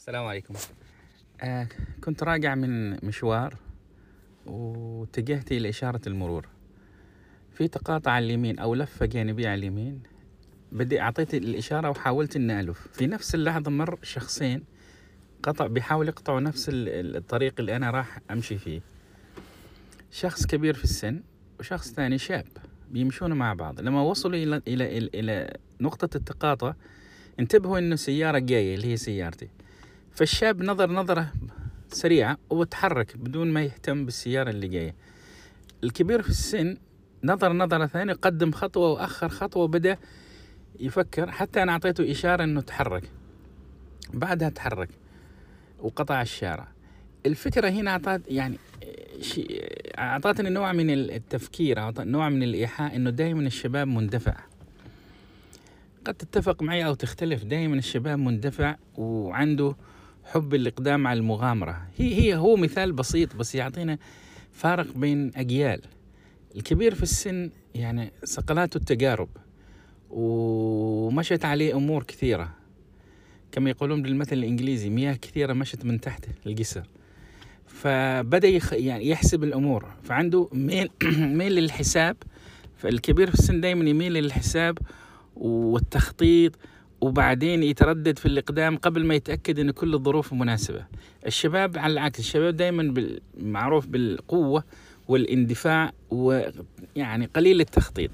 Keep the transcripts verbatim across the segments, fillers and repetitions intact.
السلام عليكم. آه كنت راجع من مشوار واتجهت إلى إشارة المرور في تقاطع على اليمين أو لفة جانبية على اليمين. بدي أعطيت الإشارة وحاولت إني ألف، في نفس اللحظة مر شخصين قطع بيحاول يقطعوا نفس الطريق اللي أنا راح أمشي فيه. شخص كبير في السن وشخص ثاني شاب بيمشون مع بعض. لما وصلوا إلى إلى إلى, إلى نقطة التقاطع انتبهوا إنه سيارة جاية اللي هي سيارتي، فالشاب نظر نظرة سريعة وتحرك بدون ما يهتم بالسيارة اللي جاية. الكبير في السن نظر نظرة ثانية، قدم خطوة وأخر خطوة وبدأ يفكر، حتى أنا أعطيته إشارة إنه تحرك، بعدها تحرك وقطع الشارع. الفكرة هنا أعطت يعني أعطتني نوع من التفكير، أعطتني نوع من الإيحاء إنه دائما الشباب مندفع. قد تتفق معي أو تختلف، دائما الشباب مندفع وعنده حب الإقدام على المغامرة. هي هي هو مثال بسيط بس يعطينا فارق بين أجيال. الكبير في السن يعني صقلاته التجارب ومشت عليه أمور كثيرة، كما يقولون بالمثل الإنجليزي مياه كثيرة مشت من تحت الجسر، فبدأ يخ يعني يحسب الأمور، فعنده ميل ميل للحساب. فالكبير في السن دائما يميل للحساب والتخطيط، وبعدين يتردد في الإقدام قبل ما يتأكد أن كل الظروف مناسبة. الشباب على العكس، الشباب دائما معروف بالقوة والاندفاع ويعني قليل التخطيط.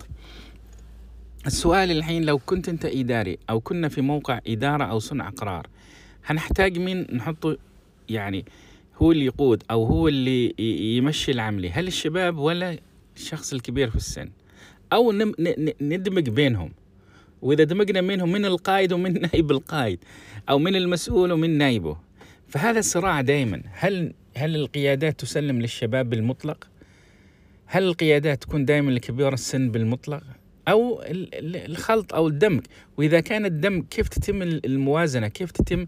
السؤال الحين، لو كنت أنت إداري أو كنا في موقع إدارة أو صنع قرار، هنحتاج مين نحطه يعني هو اللي يقود أو هو اللي يمشي العملية؟ هل الشباب ولا الشخص الكبير في السن؟ أو ندمج بينهم، وإذا دمجنا منهم من القائد ومن نائب القائد، أو من المسؤول ومن نائبه. فهذا الصراع دائما، هل هل القيادات تسلم للشباب بالمطلق؟ هل القيادات تكون دائما لكبير السن بالمطلق؟ أو الخلط أو الدمج؟ وإذا كان الدمج كيف تتم الموازنة؟ كيف تتم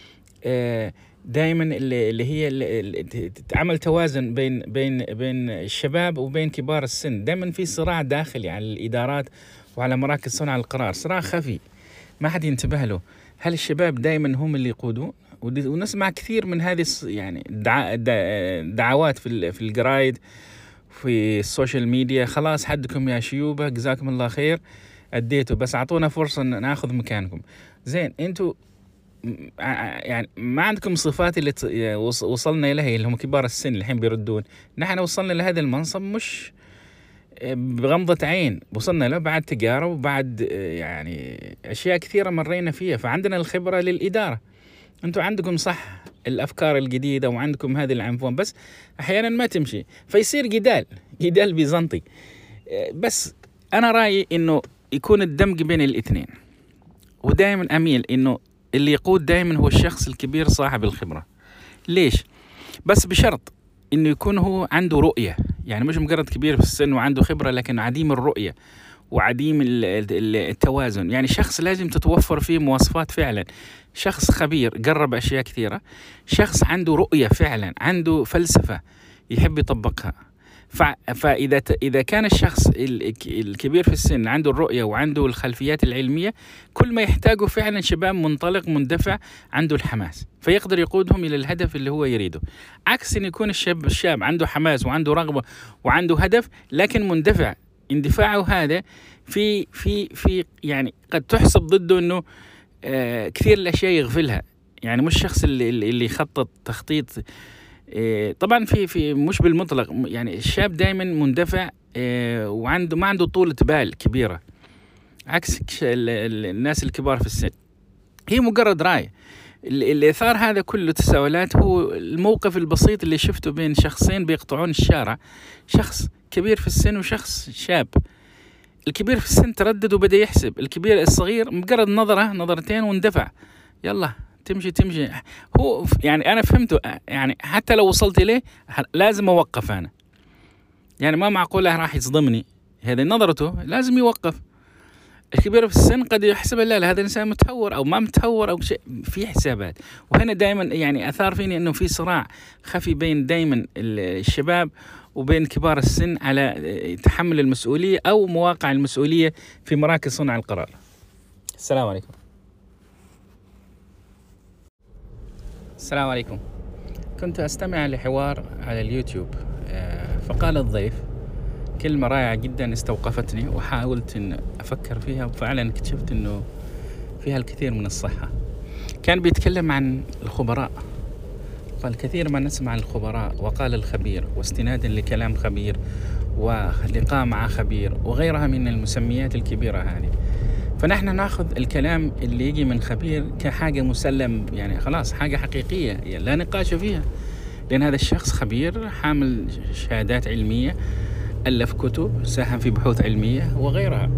دائما اللي هي تعمل توازن بين بين بين الشباب وبين كبار السن؟ دائما في صراع داخلي على الإدارات وعلى مراكز صنع القرار، صراع خفي ما حد ينتبه له. هل الشباب دائما هم اللي يقودون؟ ونسمع كثير من هذه يعني دعوات في في الجرايد في السوشيال ميديا، خلاص حدكم يا شيوبة، جزاكم الله خير أديتوا، بس أعطونا فرصة ناخذ مكانكم. زين، أنتوا يعني ما عندكم صفات اللي وصلنا إليها اللي هم كبار السن الحين بيردون. نحن وصلنا لهذا المنصب مش بغمضة عين، وصلنا له بعد تجارب وبعد يعني أشياء كثيرة مرينا فيها، فعندنا الخبرة للإدارة. أنتوا عندكم صح الأفكار الجديدة وعندكم هذه العنفوان، بس أحيانا ما تمشي، فيصير جدال جدال بيزنطي. بس أنا رأيي إنه يكون الدمج بين الاثنين، ودائما أميل إنه اللي يقود دائما هو الشخص الكبير صاحب الخبرة. ليش؟ بس بشرط إنه يكون هو عنده رؤية، يعني مش مجرد كبير في السن وعنده خبرة لكن عديم الرؤية وعديم التوازن. يعني شخص لازم تتوفر فيه مواصفات فعلا، شخص خبير جرب أشياء كثيرة، شخص عنده رؤية فعلا، عنده فلسفة يحب يطبقها. فإذا إذا كان الشخص الكبير في السن عنده الرؤية وعنده الخلفيات العلمية، كل ما يحتاجه فعلا شباب منطلق مندفع عنده الحماس، فيقدر يقودهم إلى الهدف اللي هو يريده. عكس أن يكون الشاب الشاب عنده حماس وعنده رغبة وعنده هدف لكن مندفع، اندفاعه هذا في في في يعني قد تحسب ضده أنه آه كثير الأشياء يغفلها. يعني مش الشخص اللي اللي يخطط تخطيط إيه طبعا في في مش بالمطلق، يعني الشاب دائما مندفع إيه وعنده ما عنده طولة بال كبيرة، عكس الناس الكبار في السن. هي مجرد رأي. اللي صار هذا كله تساؤلات هو الموقف البسيط اللي شفته بين شخصين بيقطعون الشارع، شخص كبير في السن وشخص شاب. الكبير في السن تردد وبدأ يحسب، الكبير الصغير مجرد نظرة نظرتين واندفع، يلا تمشي تمشي. هو يعني أنا فهمته، يعني حتى لو وصلت إليه لازم أوقف أنا، يعني ما معقولة راح يصدمني، هذه نظرته لازم يوقف. الكبير في السن قد يحسب لا لا هذا الإنسان متهور أو ما متهور أو شيء، في حسابات. وهنا دائما يعني أثار فيني أنه في صراع خفي بين دائما الشباب وبين كبار السن على تحمل المسؤولية أو مواقع المسؤولية في مراكز صنع القرار. السلام عليكم. السلام عليكم. كنت أستمع لحوار على اليوتيوب، آه، فقال الضيف كلمة رائعة جدا استوقفتني، وحاولت أن أفكر فيها، وفعلا اكتشفت أنه فيها الكثير من الصحة. كان بيتكلم عن الخبراء، قال كثير ما نسمع الخبراء، وقال الخبير، واستنادا لكلام خبير ولقاء مع خبير وغيرها من المسميات الكبيرة هذه. فنحن ناخذ الكلام اللي يجي من خبير كحاجة مسلم، يعني خلاص حاجة حقيقية يعني لا نقاش فيها، لأن هذا الشخص خبير حامل شهادات علمية، ألف كتب، ساهم في بحوث علمية وغيرها.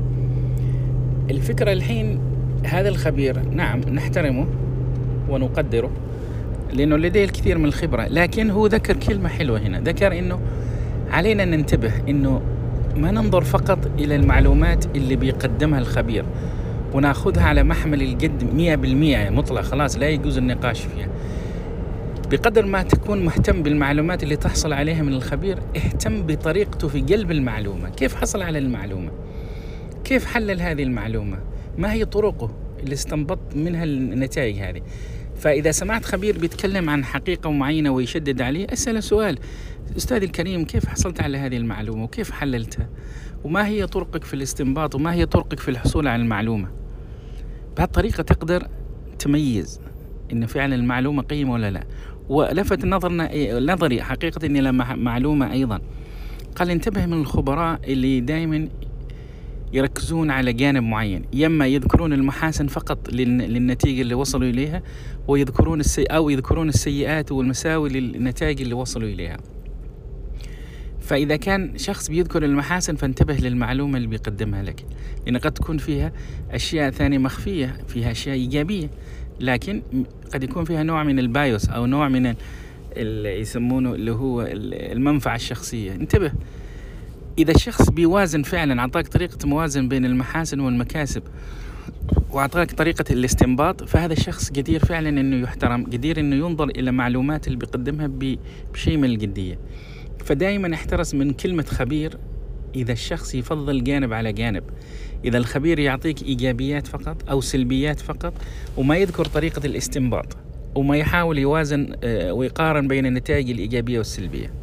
الفكرة الحين هذا الخبير نعم نحترمه ونقدره لأنه لديه الكثير من الخبرة، لكن هو ذكر كلمة حلوة هنا، ذكر إنه علينا ننتبه إنه ما ننظر فقط إلى المعلومات اللي بيقدمها الخبير ونأخذها على محمل الجد مية بالمية مطلق، خلاص لا يجوز النقاش فيها. بقدر ما تكون مهتم بالمعلومات اللي تحصل عليها من الخبير، اهتم بطريقته في جلب المعلومة، كيف حصل على المعلومة، كيف حلل هذه المعلومة، ما هي طرقه اللي استنبط منها النتائج هذه. فإذا سمعت خبير بيتكلم عن حقيقة معينة ويشدد عليه، أسأله سؤال: أستاذي الكريم كيف حصلت على هذه المعلومة وكيف حللتها وما هي طرقك في الاستنباط وما هي طرقك في الحصول على المعلومة. بهالطريقة تقدر تميز إن فعلا المعلومة قيمة ولا لا. ولفت نظرنا نظري حقيقة إني لما معلومة أيضا قال انتبه من الخبراء اللي دائما يركزون على جانب معين، يما يذكرون المحاسن فقط للنتيجة اللي وصلوا إليها، ويذكرون السي أو يذكرون السيئات والمساوئ للنتائج اللي وصلوا إليها. فإذا كان شخص بيذكر المحاسن فانتبه للمعلومة اللي بيقدمها لك، لأن قد تكون فيها أشياء ثانية مخفية، فيها أشياء إيجابية، لكن قد يكون فيها نوع من البايوس أو نوع من اللي يسمونه اللي هو المنفعة الشخصية. انتبه، إذا الشخص بيوازن فعلا، أعطاك طريقة موازن بين المحاسن والمكاسب وأعطاك طريقة الاستنباط، فهذا الشخص قدير فعلا أنه يحترم، قدير أنه ينظر إلى معلومات اللي بيقدمها بشيء من الجدية. فدائما احترس من كلمة خبير إذا الشخص يفضل جانب على جانب، إذا الخبير يعطيك إيجابيات فقط أو سلبيات فقط وما يذكر طريقة الاستنباط وما يحاول يوازن ويقارن بين النتائج الإيجابية والسلبية.